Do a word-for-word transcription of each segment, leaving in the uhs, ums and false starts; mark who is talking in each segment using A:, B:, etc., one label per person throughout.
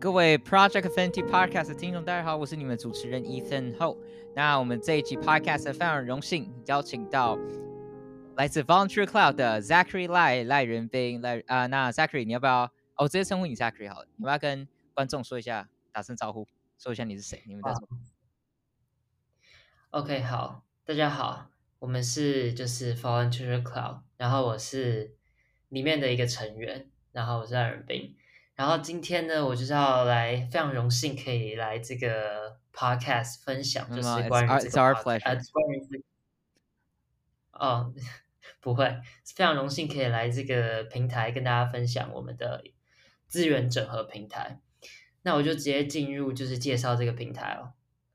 A: 各位 Project Affinity Podcast 的听众，大家好，我是你们主持人 Ethan Ho。那我们这一集 Podcast 非常荣幸邀请到来自 Volunteer Cloud 的 Zachary 赖赖仁斌赖啊、呃，那 Zachary 你要不要？哦，我直接称呼你 Zachary 好了，你要不要跟观众说一下，打声招呼，说一下你是谁，你们在做、
B: oh. OK， 好，大家好，我们是就是 Volunteer Cloud， 然后我是里面的一个成员，然后我是赖仁斌。然后今天呢，我就是要来，非常荣幸可以来这个 podcast 分享，就是关于这个
A: It's our
B: podcast， 呃，
A: pleasure。
B: 关于这个，哦，不会，非常荣幸可以来这个平台跟大家分享我们的资源整合平台。那我就直接进入，就是介绍这个平台哦。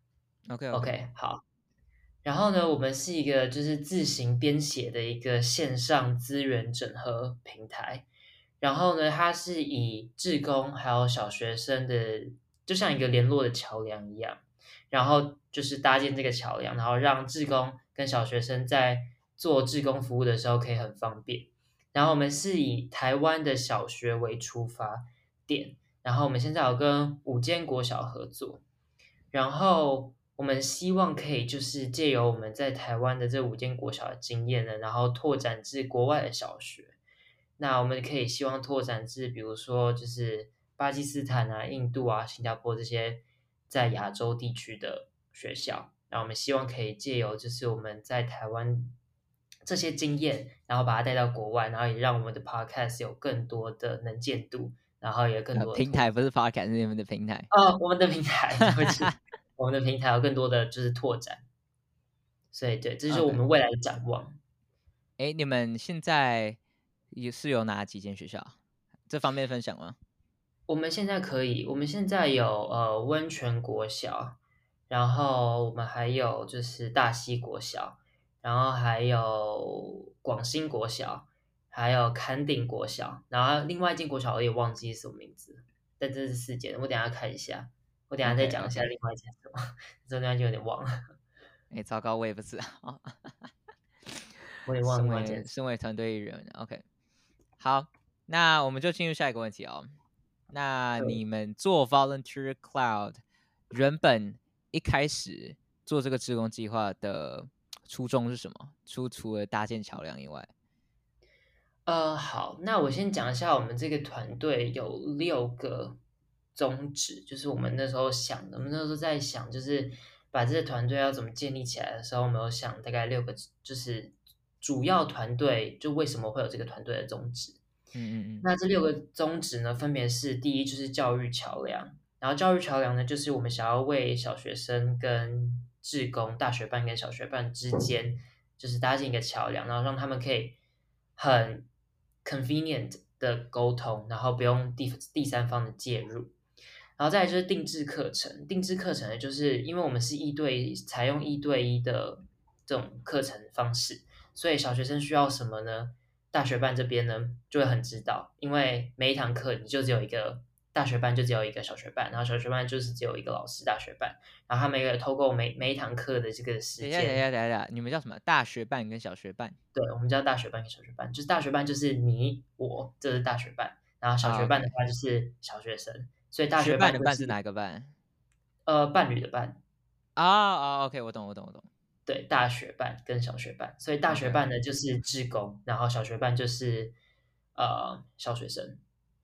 A: OK
B: OK,
A: OK，
B: 好。然后呢，我们是一个就是自行编写的一个线上资源整合平台。然后呢，它是以志工还有小学生的，就像一个联络的桥梁一样，然后就是搭建这个桥梁，然后让志工跟小学生在做志工服务的时候可以很方便。然后我们是以台湾的小学为出发点，然后我们现在有跟五间国小合作，然后我们希望可以就是借由我们在台湾的这五间国小的经验呢，然后拓展至国外的小学。那我们可以希望拓展至比如说就是巴基斯坦啊、印度啊、新加坡这些在亚洲地区的学校。然后我们希望可以借由就是我们在台湾这些经验，然后把它带到国外，然后也让我们的 podcast 有更多的能见度，然后也有更多的
A: 平台不是 Podcast， 是你们的平台
B: 哦，我们的平台，对不起，我们的平台有更多的就是拓展，所以对，这就是我们未来的展望。
A: 哎，你们现在也是有哪几间学校？这方面分享吗？
B: 我们现在可以，我们现在有呃温泉国小，然后我们还有就是大溪国小，然后还有广兴国小，还有坎顶国小，然后另外一间国小我也忘记是什么名字，但这是四间，我等一下看一下，我等一下再讲一下另外一间什么， okay, okay. 这另外一间有点忘了。
A: 哎，糟糕，我也不知道。
B: 我也忘了。
A: 身为身为团队人 ，OK， 好，那我们就进入下一个问题哦。那你们做 Volunteer Cloud 原本一开始做这个志工计划的初衷是什么？除除了搭建桥梁以外，
B: 呃，好，那我先讲一下，我们这个团队有六个宗旨，就是我们那时候想的，我们那时候在想，就是把这个团队要怎么建立起来的时候，我们有想大概六个，就是主要团队就为什么会有这个团队的宗旨。
A: 嗯嗯嗯。
B: 那这六个宗旨呢，分别是第一就是教育桥梁，然后教育桥梁呢，就是我们想要为小学生跟志工、大学班跟小学班之间，就是搭建一个桥梁，然后让他们可以很 convenient 的沟通，然后不用第第三方的介入。然后再来就是定制课程，定制课程呢，就是因为我们是一对采用一对一的这种课程方式，所以小学生需要什么呢？大学班这边呢就会很知道，因为每一堂课你就只有一个大学班，就只有一个小学班，然后小学班就是只有一个老师，大学班，然后他们也透过每每一堂课的这个时间。
A: 等一下，等一下，等一下，你们叫什么？大学班跟小学班？
B: 对，我们叫大学班跟小学班，就是大学班就是你我，这是大学班，然后小学班的话就是小学生，
A: oh, okay.
B: 所以大学
A: 班、
B: 就是、
A: 的班是哪个班？
B: 呃，伴侣的伴。
A: 啊啊、oh, ，OK， 我懂，我懂，我懂。
B: 对，大学班跟小学班，所以大学班呢
A: okay.
B: 就是志工，然后小学班就是呃小学生。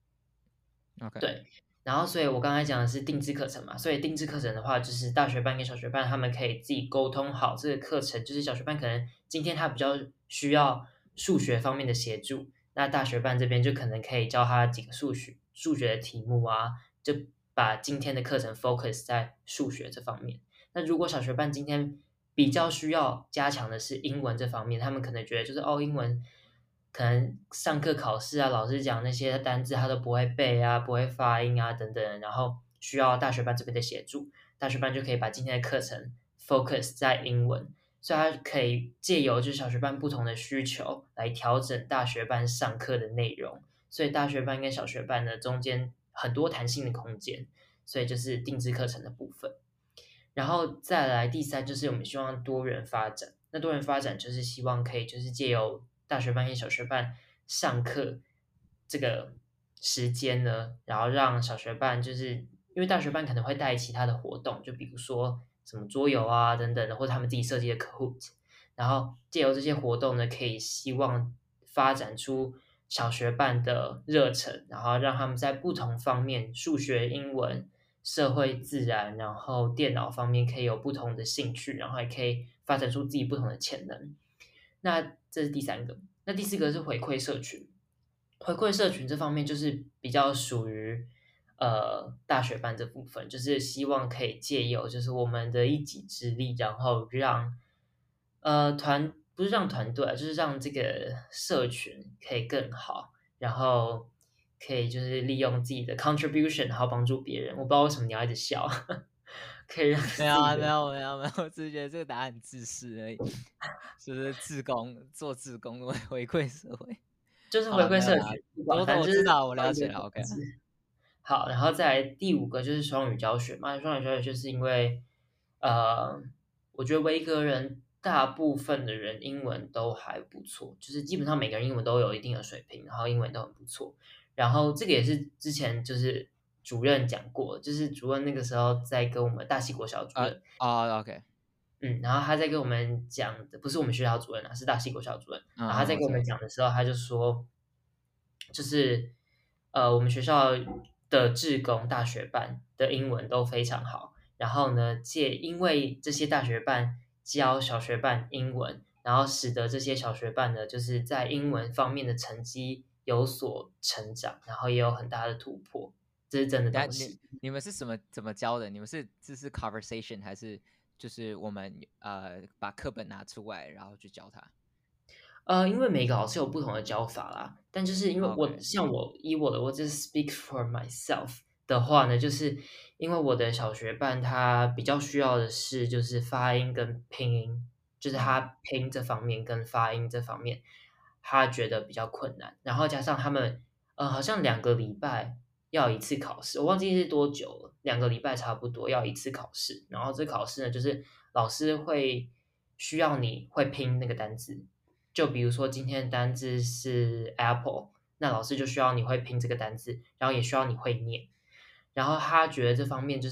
A: OK，
B: 对，然后所以我刚才讲的是定制课程嘛，所以定制课程的话，就是大学班跟小学班他们可以自己沟通好这个课程，就是小学班可能今天他比较需要数学方面的协助，那大学班这边就可能可以教他几个数学数学的题目啊，就把今天的课程 focus 在数学这方面。那如果小学班今天比较需要加强的是英文这方面，他们可能觉得就是哦，英文可能上课考试啊，老师讲那些单字他都不会背啊，不会发音啊等等，然后需要大学班这边的协助，大学班就可以把今天的课程 focus 在英文，所以他可以借由就是小学班不同的需求来调整大学班上课的内容，所以大学班跟小学班呢中间很多弹性的空间，所以就是定制课程的部分。然后再来第三就是我们希望多元发展，那多元发展就是希望可以就是借由大学班跟小学班上课这个时间呢，然后让小学班就是因为大学班可能会带其他的活动，就比如说什么桌游啊等等的，或者他们自己设计的 Kahoot，然后借由这些活动呢，可以希望发展出小学班的热忱，然后让他们在不同方面，数学、英文、社会、自然，然后电脑方面可以有不同的兴趣，然后还可以发展出自己不同的潜能。那这是第三个，那第四个是回馈社群。回馈社群这方面就是比较属于呃大学班这部分，就是希望可以借由就是我们的一己之力，然后让呃团不是让团队啊，就是让这个社群可以更好，然后可以就是利用自己的 contribution，然后帮助别人。我不知道为什么你要一直笑，可以让
A: 没有啊，
B: 自己的
A: 没有没有没有，我只是觉得这个答案很自私而已，就是自工做自工回回馈社会。
B: 就是回
A: 好了，没有啦，
B: 馈社群，不管
A: 多多
B: 反正就是
A: 我知道，我了
B: 用一个
A: 解了，OK 啊。
B: 方式。好，然后再来第五个就是双语教学嘛，双语教学就是因为，呃，我觉得维格人大部分的人英文都还不错，就是基本上每个人英文都有一定的水平，然后英文都很不错。然后这个也是之前就是主任讲过，就是主任那个时候在跟我们大溪国小主
A: 啊
B: 任，
A: 啊，OK，
B: 嗯，然后他在跟我们讲的，不是我们学校主任啊，是大溪国小主任。
A: 嗯嗯，
B: 然后他在跟我们
A: 我知道。
B: 讲的时候，他就说，就是呃，我们学校的志工大学班的英文都非常好。然后呢，借因为这些大学班教小学班英文，然后使得这些小学班呢，就是在英文方面的成绩有所成长，然后也有很大的突破，这是真的
A: 等下你
B: 东西。
A: 你们是什么怎么教的？你们是这是 conversation 还是就是我们呃把课本拿出来然后去教他
B: 呃，因为每个老师有不同的教法啦，但就是因为我
A: ？OK，
B: 像我以我的，我就是 speak for myself 的话呢，就是因为我的小学班它比较需要的是就是发音跟拼音，就是
A: 嗯，
B: 他拼这方面跟发音这方面，他觉得比较困难，然后加上他们呃好像两个礼拜要一次考试，我忘记是多久了，两个礼拜差不多要一次考试，然后这考试呢就是老师会需要你会拼那个单字。就比如说今天的单字是 apple，那老师就需要你会拼这个单字，然后也需要你会念。然后他觉得这方面就是，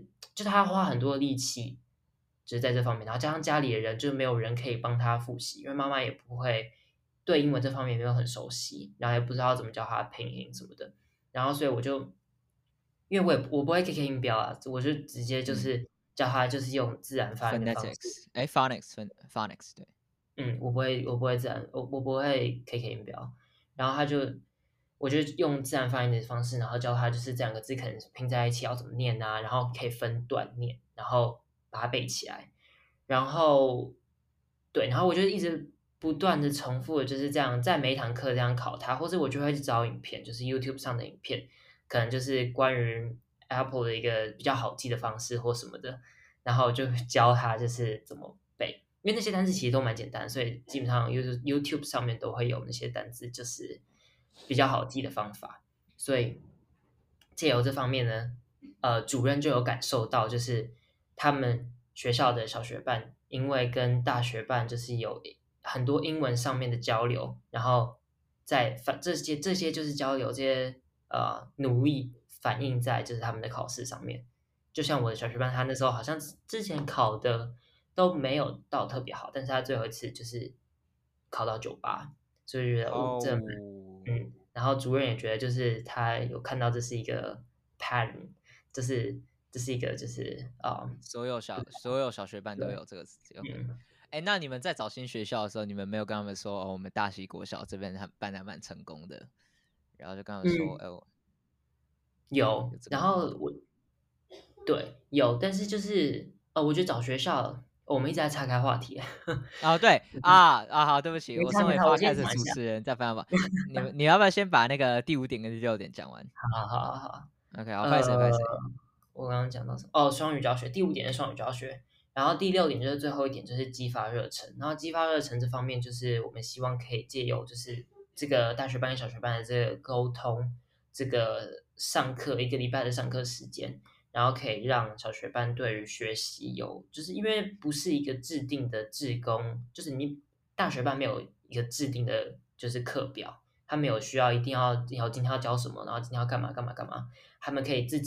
B: 就是他花很多力气，就是在这方面。然后加上家里的人，就是没有人可以帮他复习，因为妈妈也不会对英文这方面没有很熟悉，然后也不知道怎么教他拼音什么的。然后所以我就，因为我也我不会 K K 音标啊，我就直接就
A: 嗯
B: 是教他就是用自然发音的方式。
A: ，phonetics，哎，phonics phon phonics 对。
B: 嗯，我不会，我不会自然，我我不会 K K 音标，然后他就，我就用自然发音的方式，然后教他就是这两个字可能拼在一起要怎么念啊，然后可以分段念，然后把它背起来，然后对，然后我就一直不断的重复的就是这样，在每一堂课这样考他，或者我就会去找影片，就是 YouTube 上的影片，可能就是关于 Apple 的一个比较好记的方式或什么的，然后就教他就是怎么背。因为那些单词其实都蛮简单，所以基本上 YouTube YouTube 上面都会有那些单词，就是比较好记的方法。所以借由这方面呢，呃，主任就有感受到，就是他们学校的小学班，因为跟大学班就是有很多英文上面的交流，然后在反这些这些就是交流这些呃努力反映在就是他们的考试上面。就像我的小学班，他那时候好像之前考的都没有到特别好，但是他最后一次就是考到九八，所以觉得哦，这蛮
A: 哦，
B: 嗯，然后主任也觉得就是他有看到这是一个 pattern，这是这是一个就是啊、嗯
A: 所有小所有小学班都
B: 对，
A: 有这个词，OK。
B: 嗯
A: 哎，那你们在找新学校的时候，你们没有跟他们说，哦，我们大溪国小这边还办的还蛮成功的，然后就跟他们说，
B: 嗯
A: 哦，
B: 有，
A: 有这个
B: 然
A: 活动。
B: 后我对有，但是就是呃，我觉得找学校，我们一直在岔开话题，
A: 哦，对啊啊，好，对不起，我身为
B: 没差没差，我先
A: podcast 的
B: 讲一下，
A: 主持人，再翻吧。你们你要不要先把那个第五点跟第六点讲完
B: 好好好好。
A: ？OK，好，拍谁拍
B: 呃，
A: 谁。
B: 我刚刚讲到什么？哦，双语教学，第五点是双语教学，然后第六点就是最后一点，就是激发热忱。然后激发热忱这方面，就是我们希望可以借由就是这个大学班跟小学班的这个沟通，这个上课一个礼拜的上课时间，然后可以让小学班对于学习有，就是因为不是一个制定的制工，就是你大学班没有一个制定的，就是课表，他没有需要一定要要今天要教什么，然后今天要干嘛干嘛干嘛。他们可以自己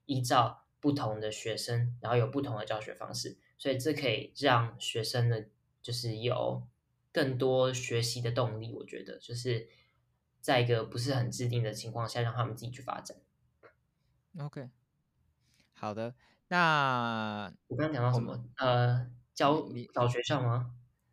B: 依照不同的学生，然后有不同的教学方式，所以这可以让学生呢，就是有更多学习的动力。我觉得就是在一个不是很制定的情况下，让他们自己去发展。
A: OK，好的，那
B: 我刚刚讲到
A: 我们
B: 什么？呃，教
A: 你你
B: 找学校吗？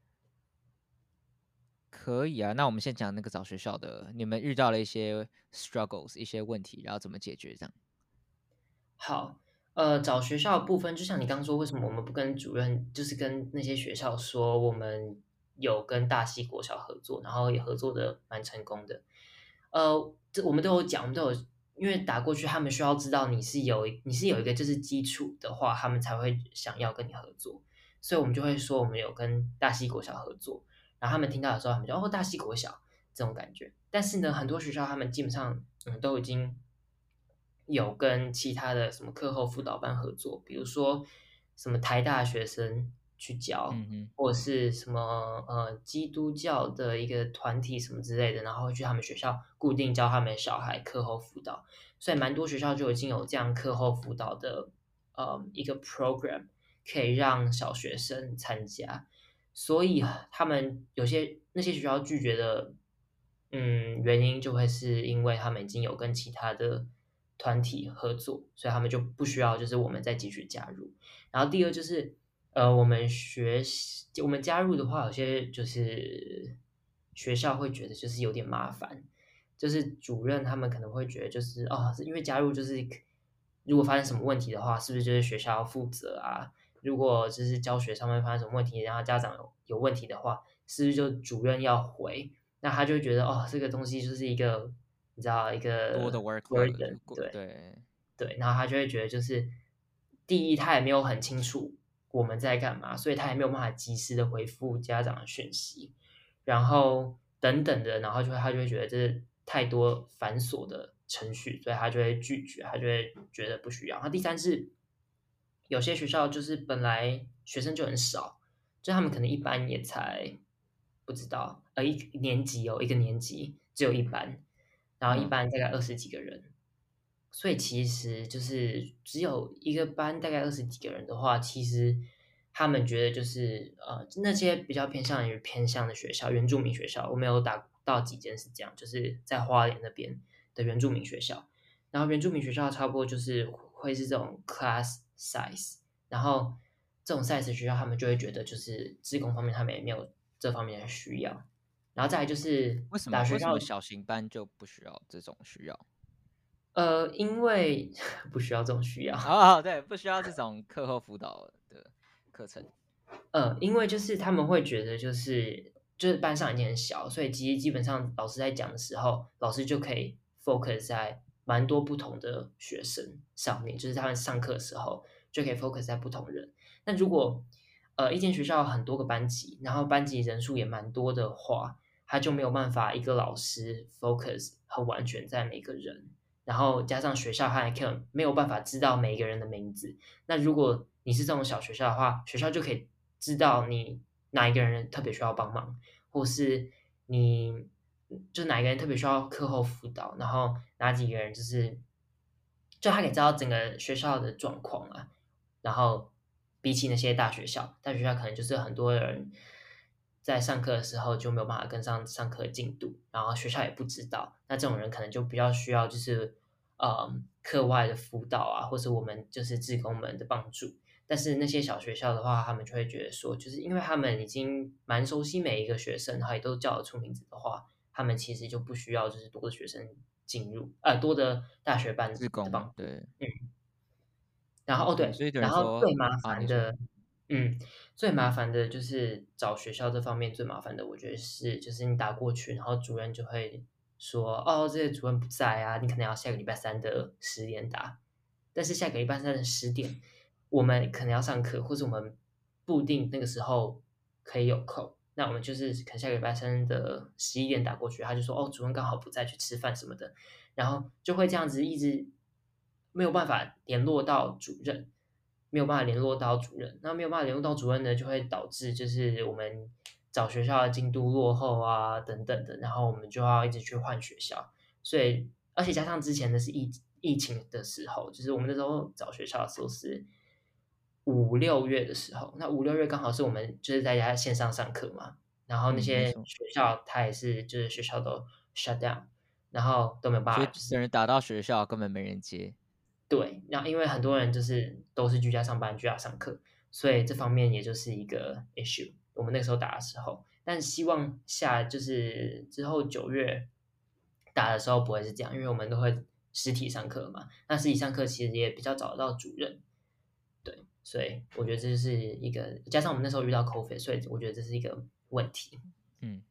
A: 可以啊。那我们先讲那个找学校的，你们遇到了一些 struggles 一些问题，然后怎么解决这样？
B: 好，呃，找学校的部分，就像你刚刚说，为什么我们不跟主任，就是跟那些学校说，我们有跟大溪国小合作，然后也合作的蛮成功的。呃，这我们都有讲，我们都有，因为打过去，他们需要知道你是有你是有一个就是基础的话，他们才会想要跟你合作。所以我们就会说，我们有跟大溪国小合作，然后他们听到的时候，他们就哦，大溪国小这种感觉。但是呢，很多学校他们基本上嗯都已经有跟其他的什么课后辅导班合作，比如说什么台大学生去教，
A: 嗯哼，
B: 或者是什么呃基督教的一个团体什么之类的，然后会去他们学校固定教他们的小孩课后辅导，所以蛮多学校就已经有这样课后辅导的呃一个 program，可以让小学生参加，所以他们有些那些学校拒绝的，嗯，原因就会是因为他们已经有跟其他的团体合作，所以他们就不需要就是我们再继续加入。然后第二就是，呃，我们学习我们加入的话，有些就是学校会觉得就是有点麻烦，就是主任他们可能会觉得就是哦，因为加入就是如果发生什么问题的话，是不是就是学校要负责啊？如果就是教学上面发生什么问题，然后家长有有问题的话，是不是就主任要回？那他就会觉得哦，这个东西就是一个你知道一
A: 多的
B: 个
A: workload，
B: burden，对
A: 对，
B: 对，然后他就会觉得就是第一，他也没有很清楚我们在干嘛，所以他也没有办法及时的回复家长的讯息，然后等等的，然后就会他就会觉得这是太多繁琐的程序，所以他就会拒绝，他就会觉得不需要。然后第三是有些学校就是本来学生就很少，就他们可能一班也才不知道，呃，一年级哦，一个年级只有一班，然后一
A: 嗯，
B: 班大概二十几个人，所以其实就是只有一个班大概二十几个人的话，其实他们觉得就是呃那些比较偏向于偏向的学校，原住民学校，我们有打到几间是这样，就是在花莲那边的原住民学校，然后原住民学校差不多就是会是这种 class size，然后这种 size 的学校，他们就会觉得就是自工方面他们也没有这方面的需要，然后再来就是
A: 为什么
B: 打学校，
A: 为什么小型班就不需要这种需要？
B: 呃，因为不需要这种需要，
A: 哦，对，不需要这种课后辅导的课程。
B: 呃，因为就是他们会觉得就是就是班上已经很小，所以其实基本上老师在讲的时候，老师就可以 focus 在蛮多不同的学生上面，就是他们上课的时候就可以 focus 在不同人。那如果呃一间学校有很多个班级，然后班级人数也蛮多的话，他就没有办法一个老师 focus 很完全在每个人，然后加上学校他还可能没有办法知道每一个人的名字。那如果你是这种小学校的话，学校就可以知道你哪一个人特别需要帮忙，或是你就哪一个人特别需要课后辅导，然后哪几个人就是就他可以知道整个学校的状况啊。然后比起那些大学校，大学校可能就是很多人在上课的时候就没有办法跟上上课的进度，然后学校也不知道，那这种人可能就比较需要就是呃课外的辅导啊，或者我们就是志工们的帮助。但是那些小学校的话，他们就会觉得说，就是因为他们已经蛮熟悉每一个学生，然后也都叫得出名字的话，他们其实就不需要就是多的学生进入，呃，多的大学班
A: 自工，
B: 的帮助。
A: 对
B: 嗯，然后哦
A: ，OK，
B: 对，
A: 所以等于
B: 然后
A: 说
B: 最麻
A: 啊，你说
B: 烦的，嗯，最麻烦的就是找学校这方面最麻烦的，我觉得是就是你打过去，然后主任就会说，哦，这个主任不在啊，你可能要下个礼拜三的十点打。但是下个礼拜三的十点，我们可能要上课，或者我们不一定那个时候可以有空。那我们就是可能下个礼拜三的十一点打过去，他就说哦，主任刚好不在，去吃饭什么的，然后就会这样子一直没有办法联络到主任，没有办法联络到主任，那没有办法联络到主任呢，就会导致就是我们找学校的进度落后啊等等的，然后我们就要一直去换学校，所以而且加上之前的是疫疫情的时候，就是我们那时候找学校的时候是五六月的时候，那五六月刚好是我们就是在家线上上课嘛，然后那
A: 嗯，没
B: 些
A: 错。
B: 学校它也是就是学校都 shut down，然后都没有办
A: 所以
B: 法就是
A: 等人打到学校根本没人接。
B: 对，然后因为很多人就是都是居家上班、居家上课，所以这方面也就是一个 issue。我们那个时候打的时候，但希望下就是之后九月打的时候不会是这样，因为我们都会实体上课嘛。那实体上课其实也比较找得到主任，对，所以我觉得这是一个，加上我们那时候遇到 COVID，所以我觉得这是一个问题。
A: 嗯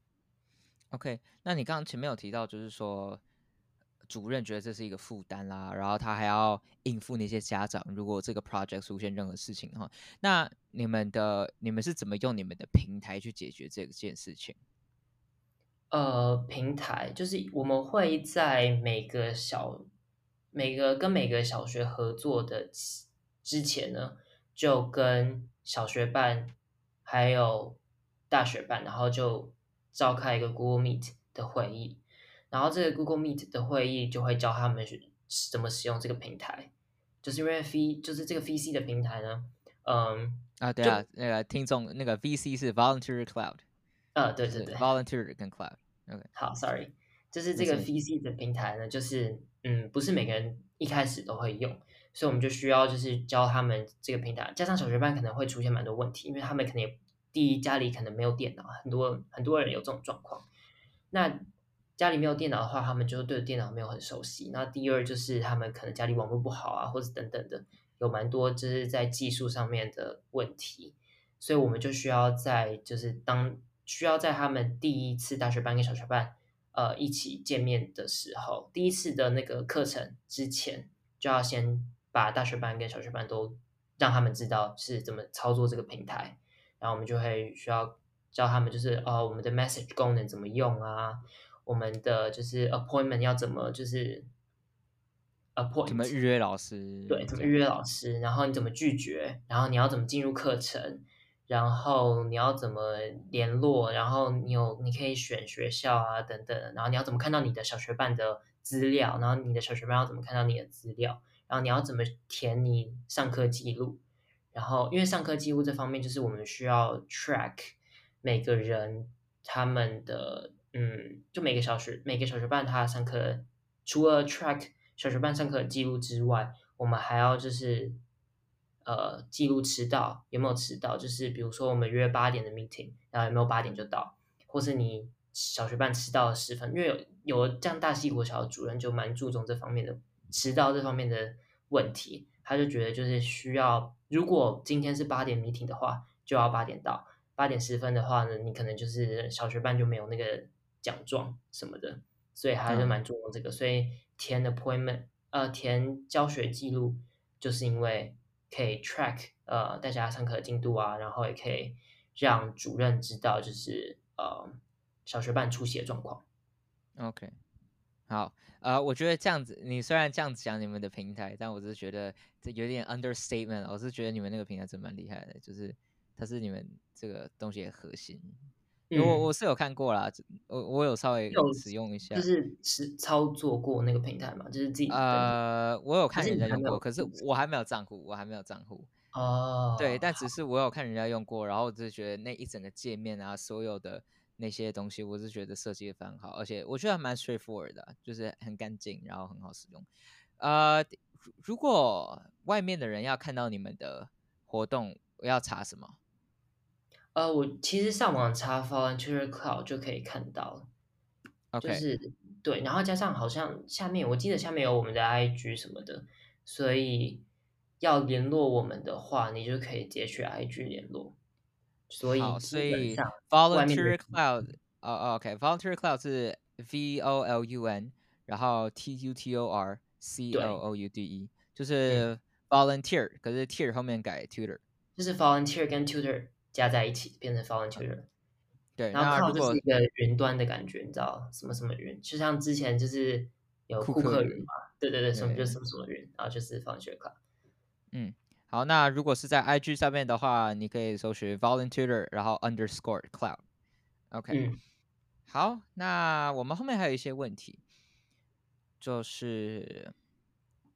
A: ，OK，那你刚刚前面有提到，就是说主任觉得这是一个负担啦，然后他还要应付那些家长，如果这个 project 出现任何事情的话，那你们的你们是怎么用你们的平台去解决这件事情？
B: 呃，平台就是我们会在每个小每个跟每个小学合作的期之前呢，就跟小学办还有大学办，然后就召开一个 Google Meet 的会议，然后这个 Google Meet 的会议就会教他们是怎么使用这个平台，就是因为 V 就是这个 V C 的平台呢，嗯，
A: 啊，对
B: 就
A: 啊，那个听众那个 V C 是 Volunteer Cloud，
B: 呃，对
A: 就是
B: 对对，
A: Volunteer 跟 Cloud。OK，
B: 好，sorry，就是这个
A: 没事没事。
B: V C 的平台呢，就是嗯，不是每个人一开始都会用，所以我们就需要就是教他们这个平台，加上小学班可能会出现蛮多问题，因为他们可能也第一家里可能没有电脑，很多很多人有这种状况。那家里没有电脑的话，他们就对电脑没有很熟悉。那第二就是他们可能家里网络不好啊，或者等等的，有蛮多就是在技术上面的问题。所以我们就需要在就是当需要在他们第一次大学班跟小学班呃一起见面的时候，第一次的那个课程之前，就要先把大学班跟小学班都让他们知道是怎么操作这个平台，然后我们就会需要教他们就是呃我们的 message 功能怎么用啊，我们的就是 appointment 要怎么就是
A: 怎么
B: appoint。
A: 预约老师
B: 对，怎么预约
A: 这样子？
B: 老师，然后你怎么拒绝，然后你要怎么进入课程，然后你要怎么联络，然后你有你可以选学校啊等等，然后你要怎么看到你的小学班的资料，然后你的小学班要怎么看到你的资料，然后你要怎么填你上课记录，然后因为上课记录这方面，就是我们需要 track 每个人他们的嗯，就每个小学每个小学班他上课除了 track 小学班上课的记录之外，我们还要就是呃记录迟到有没有迟到，就是比如说我们约八点的 meeting，然后有没有八点就到，或是你小学班迟到了十分，因为有有这样大西国小的主任就蛮注重这方面的迟到这方面的问题，他就觉得就是需要，如果今天是八点 meeting 的话，就要八点到，八点十分的话呢，你可能就是小学班就没有那个奖状什么的，所以他就
A: 嗯
B: 蛮注重这个，所以填 appointment。呃，填教学记录，就是因为可以 track 呃大家上课的进度啊，然后也可以让主任知道，就是呃小学班出席的状况。
A: ，OK。好，呃，我觉得这样子，你虽然这样子讲你们的平台，但我是觉得这有点 understatement。我是觉得你们那个平台真蛮厉害的，就是它是你们这个东西的核心。因为我我
B: 嗯，
A: 是有看过啦，我我有稍微
B: 有
A: 使用一下。
B: 就是是操作过那个平台嘛，就是自己登录，
A: 呃，我有看
B: 还是你还没有
A: 人家用过，可是
B: 注册？
A: 我还没有账户，我还没有账户。对，
B: 哦，
A: 但只是我有看人家用过，然后我就觉得那一整个界面啊，所有的那些东西，我是觉得设计的非常好，而且我觉得还蛮 straightforward 的啊，就是很干净，然后很好使用。呃，如如果外面的人要看到你们的活动，要查什么
B: 呃，我其实上网查 Volunteer Cloud 就可以看到了。就
A: ？OK，
B: 是对，然后加上好像下面我记得下面有我们的 I G 什么的，所以要联络我们的话，你就可以直接去 I G 联络。所以
A: 好，所
B: 基本
A: 以
B: 上外面的
A: Volunteer Cloud，哦哦，OK，Volunteer Cloud 是 V O L U N，然后 T U T O R C O
B: 对，
A: O U D E，就
B: 嗯，
A: 是 Volunteer，可是 tier 后面改 tutor。
B: 就是 volunteer 跟 tutor 加在一起变成 volunteer，
A: 对，
B: 然后
A: 那如
B: cloud 就是
A: 果
B: 一个云端的感觉，你知道什么什么云，就像之前就是有
A: 库
B: 库
A: 克云，
B: 克云嘛，对对对，什么就
A: 对，
B: 什么什么云，然后就是 volunteer cloud。
A: 嗯，好，那如果是在 I G 上面的话，你可以搜寻 Volunteer，然后 underscore cloud。OK，
B: 嗯，
A: 好，那我们后面还有一些问题，就是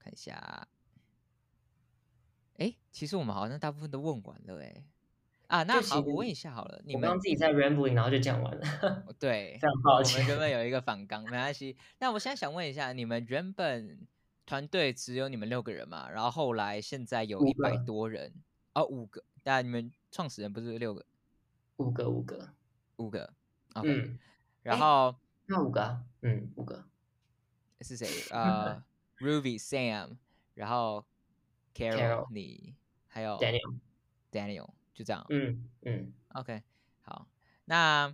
A: 看一下。哎，其实我们好像大部分都问完了哎。啊，那好，
B: 就其实
A: 我问一下好了，你
B: 我刚
A: 们
B: 刚自己在 rambling，然后就讲完了，
A: 对，
B: 非常抱
A: 我们原
B: 歉。
A: 本有一个访纲，没关系。那我现在想问一下，你们原本团队只有你们六个人嘛？然后后来现在有一百
B: 五个，
A: 多人，哦，五个。但你们创始人不是六个，
B: 五个，五个，
A: 五个，OK。
B: 嗯，哎，
A: 然后
B: 那五个啊，嗯，五个
A: 是谁？呃，Ruby、Sam，然后 Carol，
B: ，Carol、
A: 你还有
B: Daniel，
A: Daniel，就这样。
B: 嗯嗯，
A: OK，好，那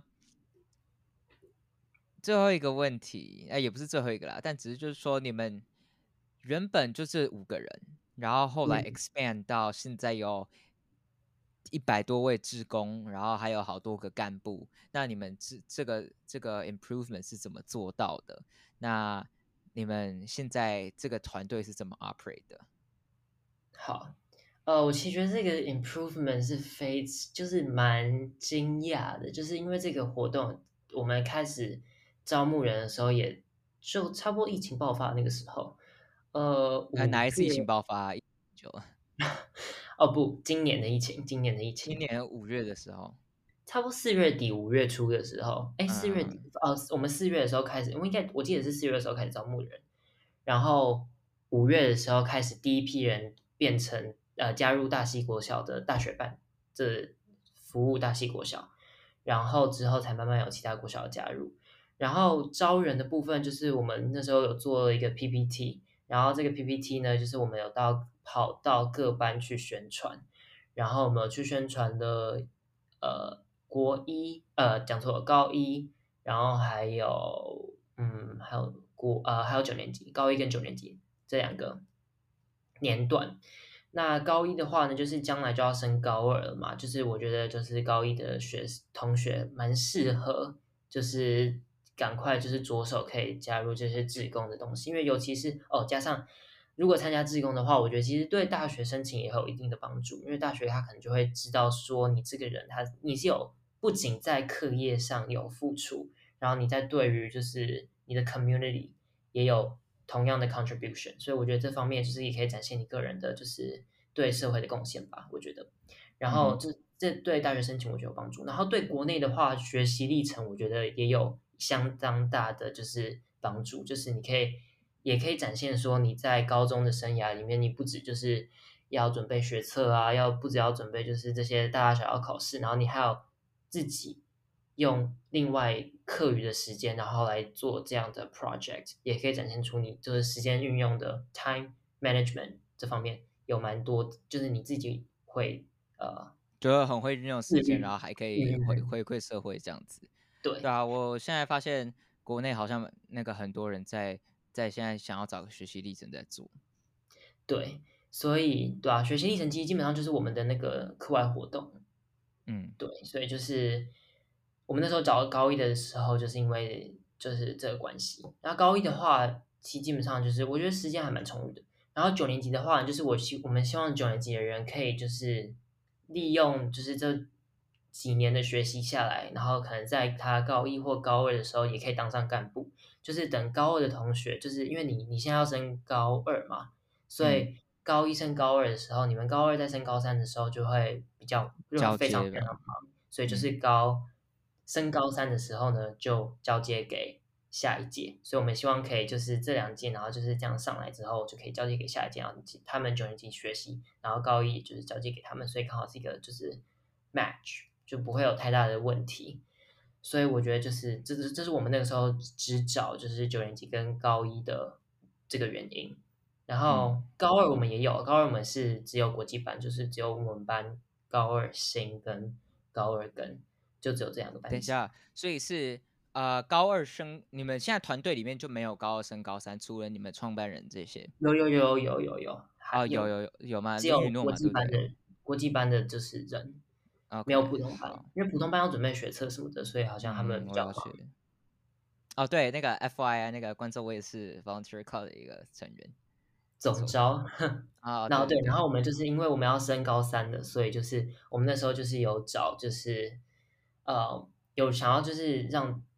A: 最后一个问题，哎、也不是最后一个啦，但只是就是说，你们原本就是五个人，然后后来
B: 嗯，
A: expand 到现在有一百多位志工，然后还有好多个干部。那你们这这个这个 improvement 是怎么做到的？那你们现在这个团队是怎么 operate 的？
B: 好。呃，我其实觉得这个 improvement 是非就是蛮惊讶的，就是因为这个活动，我们开始招募人的时候，也就差不多疫情爆发的那个时候，呃，
A: 呃，
B: 五月，
A: 哪一次疫情爆发？就
B: 哦不，今年的疫情，今年的疫情，
A: 今年五月的时候，
B: 差不多四月底五月初的时候，哎，四月底
A: 嗯，
B: 哦，我们四月的时候开始，我应该我记得是四月的时候开始招募人，然后五月的时候开始第一批人变成呃加入大溪国小的大学班，这服务大溪国小，然后之后才慢慢有其他国小的加入。然后招人的部分就是我们那时候有做了一个 P P T，然后这个 P P T 呢，就是我们有到跑到各班去宣传，然后我们有去宣传的呃国一呃讲错了高一，然后还有嗯还有国呃还有九年级，高一跟九年级这两个年段。那高一的话呢，就是将来就要升高二了嘛，就是我觉得就是高一的学同学蛮适合，就是赶快就是着手可以加入这些志工的东西，因为尤其是哦加上如果参加志工的话，我觉得其实对大学申请也会有一定的帮助，因为大学他可能就会知道说你这个人他你是有不仅在课业上有付出，然后你在对于就是你的 community 也有同样的 contribution，所以我觉得这方面就是也可以展现你个人的就是对社会的贡献吧，我觉得。然
A: 嗯哼，
B: 后这这对大学申请我觉得有帮助，然后对国内的话，学习历程我觉得也有相当大的就是帮助，就是你可以也可以展现说你在高中的生涯里面，你不止就是要准备学测啊，要不止要准备就是这些大大小小考试，然后你还要自己用另外课余的时间，然后来做这样的 project，也可以展现出你就是时间运用的 time management 这方面有蛮多，就是你自己会呃
A: 就很会运用时间，然
B: 自律，
A: 后还可以回
B: 嗯，
A: 回馈社会这样子。对
B: 对
A: 啊，我现在发现国内好像那个很多人在在现在想要找个学习历程在做。
B: 对，所以对啊，学习历程其实基本上就是我们的那个课外活动，
A: 嗯
B: 对，所以就是我们那时候找高一的时候，就是因为就是这个关系。然后高一的话，其实基本上就是我觉得时间还蛮充裕的。然后九年级的话，就是我希我们希望九年级的人可以就是利用就是这几年的学习下来，然后可能在他高一或高二的时候也可以当上干部。就是等高二的同学，就是因为你你现在要升高二嘛，所
A: 嗯，
B: 以高一升高二的时候，你们高二在升高三的时候就会比较就会
A: 交
B: 非常
A: 接吧。
B: 非常忙。所以就是
A: 嗯
B: 高升高三的时候呢，就交接给下一届。所以我们希望可以就是这两届，然后就是这样上来之后，就可以交接给下一届，然后他们九年级学习，然后高一就是交接给他们，所以刚好是一个就是 match，就不会有太大的问题。所以我觉得就是这是这是我们那个时候只找就是九年级跟高一的这个原因。然
A: 嗯，
B: 后高二我们也有，高二我们是只有国际班，就是只有我们班高二新跟高二跟，就只有这两个班级。
A: 等一下，所以是呃高二升，你们现在团队里面就没有高二升高三，除了你们创办人这些。
B: 有有有有有有，还
A: 哦，有
B: 有
A: 有有有吗？
B: 只有国
A: 林雨诺嘛，对不对
B: 际班的国际班的就是人，没有
A: ？OK，
B: 普通班，
A: 好，
B: 因为普通班要准备学测什么的，所以好像他们
A: 嗯，
B: 比较忙。
A: 我了解。哦，对，那个 F Y I 那个观众，我也是 Volunteer Club 的一个成员，没错。
B: 总招。
A: 啊、
B: 然后对，然
A: 对对对，
B: 后我们就是因为我们要升高三的，所以就是我们那时候就是有找，就是呃有想要就是让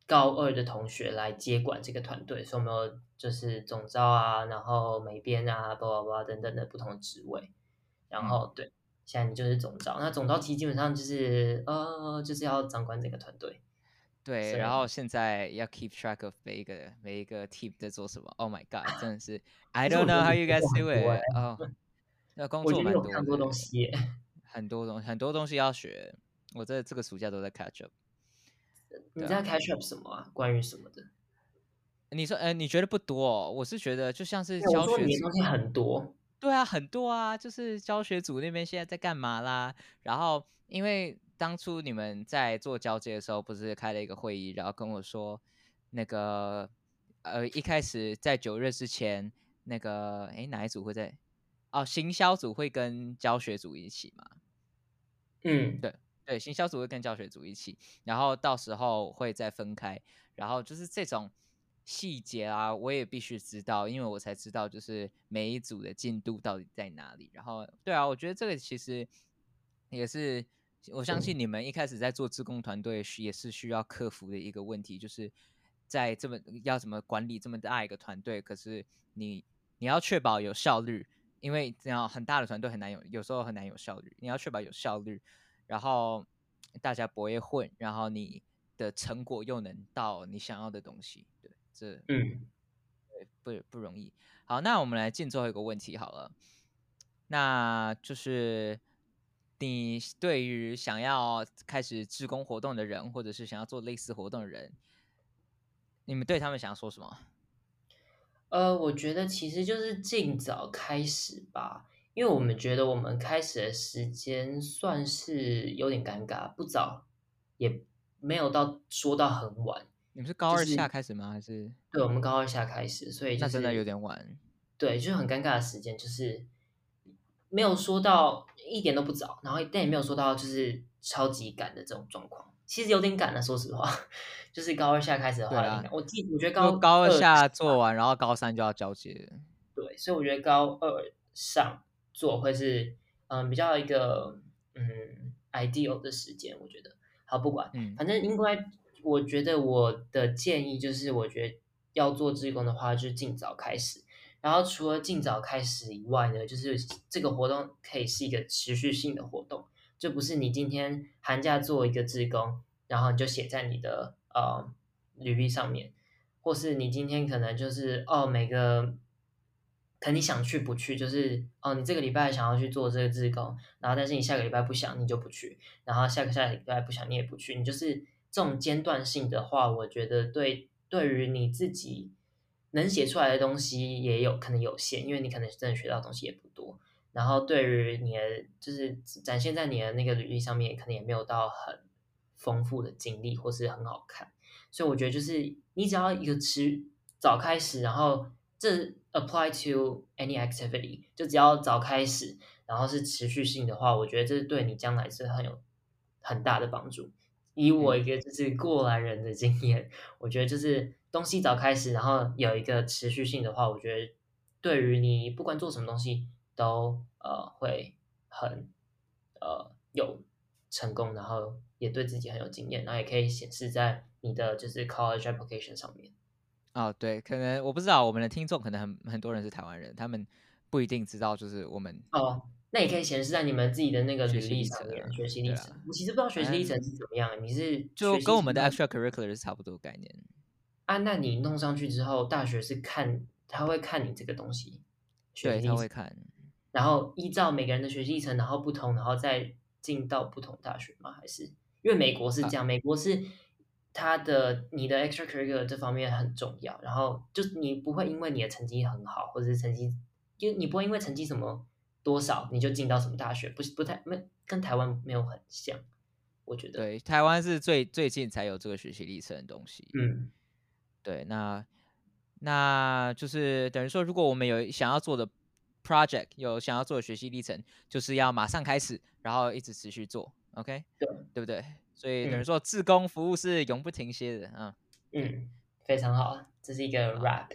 B: 高二的同学来接管这个团队，所以我们有就是总召啊，然后美编啊，巴拉巴拉等等的不同的职位。然后、嗯、对，现在你就是总召，那总召其实基本上就是呃，就是要掌管整个团队。
A: 对，然后现在要 keep track of 每一个每一个 team 在做什么。Oh my god， 真的是 I don't know how you guys do it。哦，那工作蛮多的，
B: 我觉得有看多东西耶，
A: 很多东很多东西要学。我在这个暑假都在 catch up。
B: 你在 catch up 什么啊？关于什么的？
A: 你说，呃，你觉得不多哦？我是觉得就像是
B: 教
A: 学
B: 组，你的东西很多。
A: 对啊，很多啊，就是教学组那边现在在干嘛啦？然后因为当初你们在做交接的时候，不是开了一个会议，然后跟我说，那个呃，一开始在九月之前，那个诶哪一组会在？哦，行销组会跟教学组一起嘛？
B: 嗯，
A: 对对，行销组会跟教学组一起，然后到时候会再分开，然后就是这种细节啊，我也必须知道，因为我才知道就是每一组的进度到底在哪里。然后对啊，我觉得这个其实也是我相信你们一开始在做志工团队也是需要克服的一个问题，就是在这么要怎么管理这么大一个团队，可是你你要确保有效率，因为这样很大的团队很难有，有时候很难有效率，你要确保有效率。然后大家不会混，然后你的成果又能到你想要的东西，对，这
B: 嗯，
A: 对不不容易。好，那我们来进最后一个问题好了，那就是你对于想要开始志工活动的人，或者是想要做类似活动的人，你们对他们想要说什么？
B: 呃，我觉得其实就是尽早开始吧，因为我们觉得我们开始的时间算是有点尴尬，不早，也没有到说到很晚。
A: 你们是高二下开始吗？还是？
B: 对，我们高二下开始，所以就
A: 那真的有
B: 是
A: 点晚。
B: 对，就是很尴尬的时间，就是没有说到一点都不早，然后但也没有说到就是超级赶的这种状况。其实有点赶了，说实话，就是高二下开始的话有点赶。我记，我觉得高
A: 就高二
B: 二
A: 下做完，然后高三就要交接了。
B: 对，所以我觉得高二上做会是嗯比较一个嗯 ideal 的时间，我觉得。好，不管，
A: 嗯，
B: 反正应该，我觉得我的建议就是，我觉得要做志工的话，就是尽早开始。然后除了尽早开始以外呢，就是这个活动可以是一个持续性的活动，就不是你今天寒假做一个志工，然后你就写在你的呃履历上面，或是你今天可能就是哦每个。可你想去不去，就是哦，你这个礼拜想要去做这个志工，然后但是你下个礼拜不想，你就不去，然后下个下个礼拜不想，你也不去，你就是这种间断性的话，我觉得对对于你自己能写出来的东西也有可能有限，因为你可能真的学到的东西也不多，然后对于你的就是展现在你的那个履历上面，可能也没有到很丰富的经历或是很好看，所以我觉得就是你只要一个持早开始，然后这 apply to any activity， 就只要早开始，然后是持续性的话，我觉得这对你将来是很有很大的帮助。以我一个就是过来人的经验，我觉得就是东西早开始，然后有一个持续性的话，我觉得对于你不管做什么东西都呃会很呃有成功，然后也对自己很有经验，然后也可以显示在你的就是 college application 上面。
A: 哦，对，可能我不知道我们的听众可能很很多人是台湾人，他们不一定知道就是我们
B: 哦，那也可以显示在你们自己的那个履
A: 学习历程啊，
B: 历上面，学习历程。
A: 对啊，
B: 我其实不知道学习历程
A: 反正
B: 是怎么样，你是学习
A: 就跟我们的
B: 历程
A: extracurricular 是差不多的概念。
B: 啊？那你弄上去之后，大学是看他会看你这个东西学习
A: 对，他
B: 历程，
A: 会看。
B: 然后依照每个人的学习历程，然后不同，然后再进到不同大学吗？还是因为美国是这样，美国是它的你的 extracurricular 这方面很重要，然后就是你不会因为你的成绩很好，或者是成绩，就你不会因为成绩什么多少你就进到什么大学，不不太没跟台湾没有很像，我觉得。
A: 对，台湾是最最近才有这个学习历程的东西。
B: 嗯，
A: 对，那那就是等于说，如果我们有想要做的 project，有想要做的学习历程，就是要马上开始，然后一直持续做，OK，
B: 对，
A: 对不对？所以等于
B: 嗯
A: 说，志工服务是永不停歇的啊。
B: 嗯，非常好，这是一个 rap。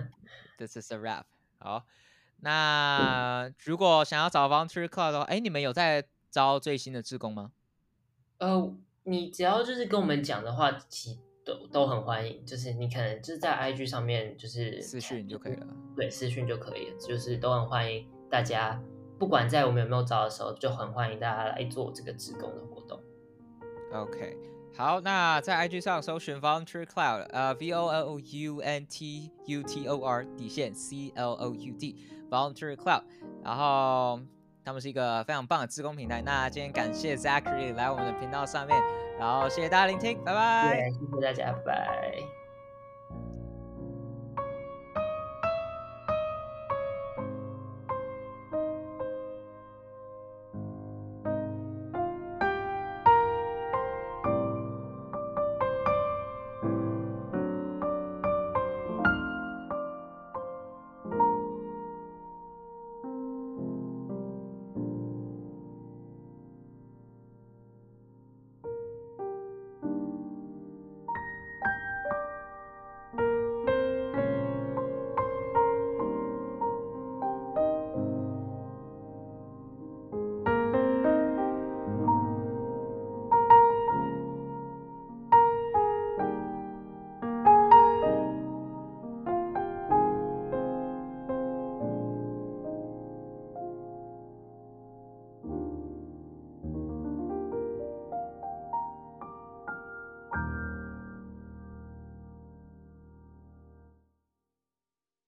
A: This is a wrap。好，那如果想要找 volunteer club 的话，哎，你们有在招最新的志工吗？
B: 呃，你只要就是跟我们讲的话，其都都很欢迎，就是你可能就是在 I G 上面就是
A: 私讯就可以了，
B: 对，私讯就可以了，就是都很欢迎大家，不管在我们有没有招的时候，就很欢迎大家来做这个志工的活动。
A: OK， 好，那在 I G 上搜寻 Volunteer Cloud， 呃 V O L O U N T U T O R 底线 C L O U D Volunteer Cloud， 然后他们是一个非常棒的志工平台。那今天感谢 Zachary 来我们的频道上面，然后谢谢大家聆听，拜拜。
B: 对，谢谢大家，拜拜。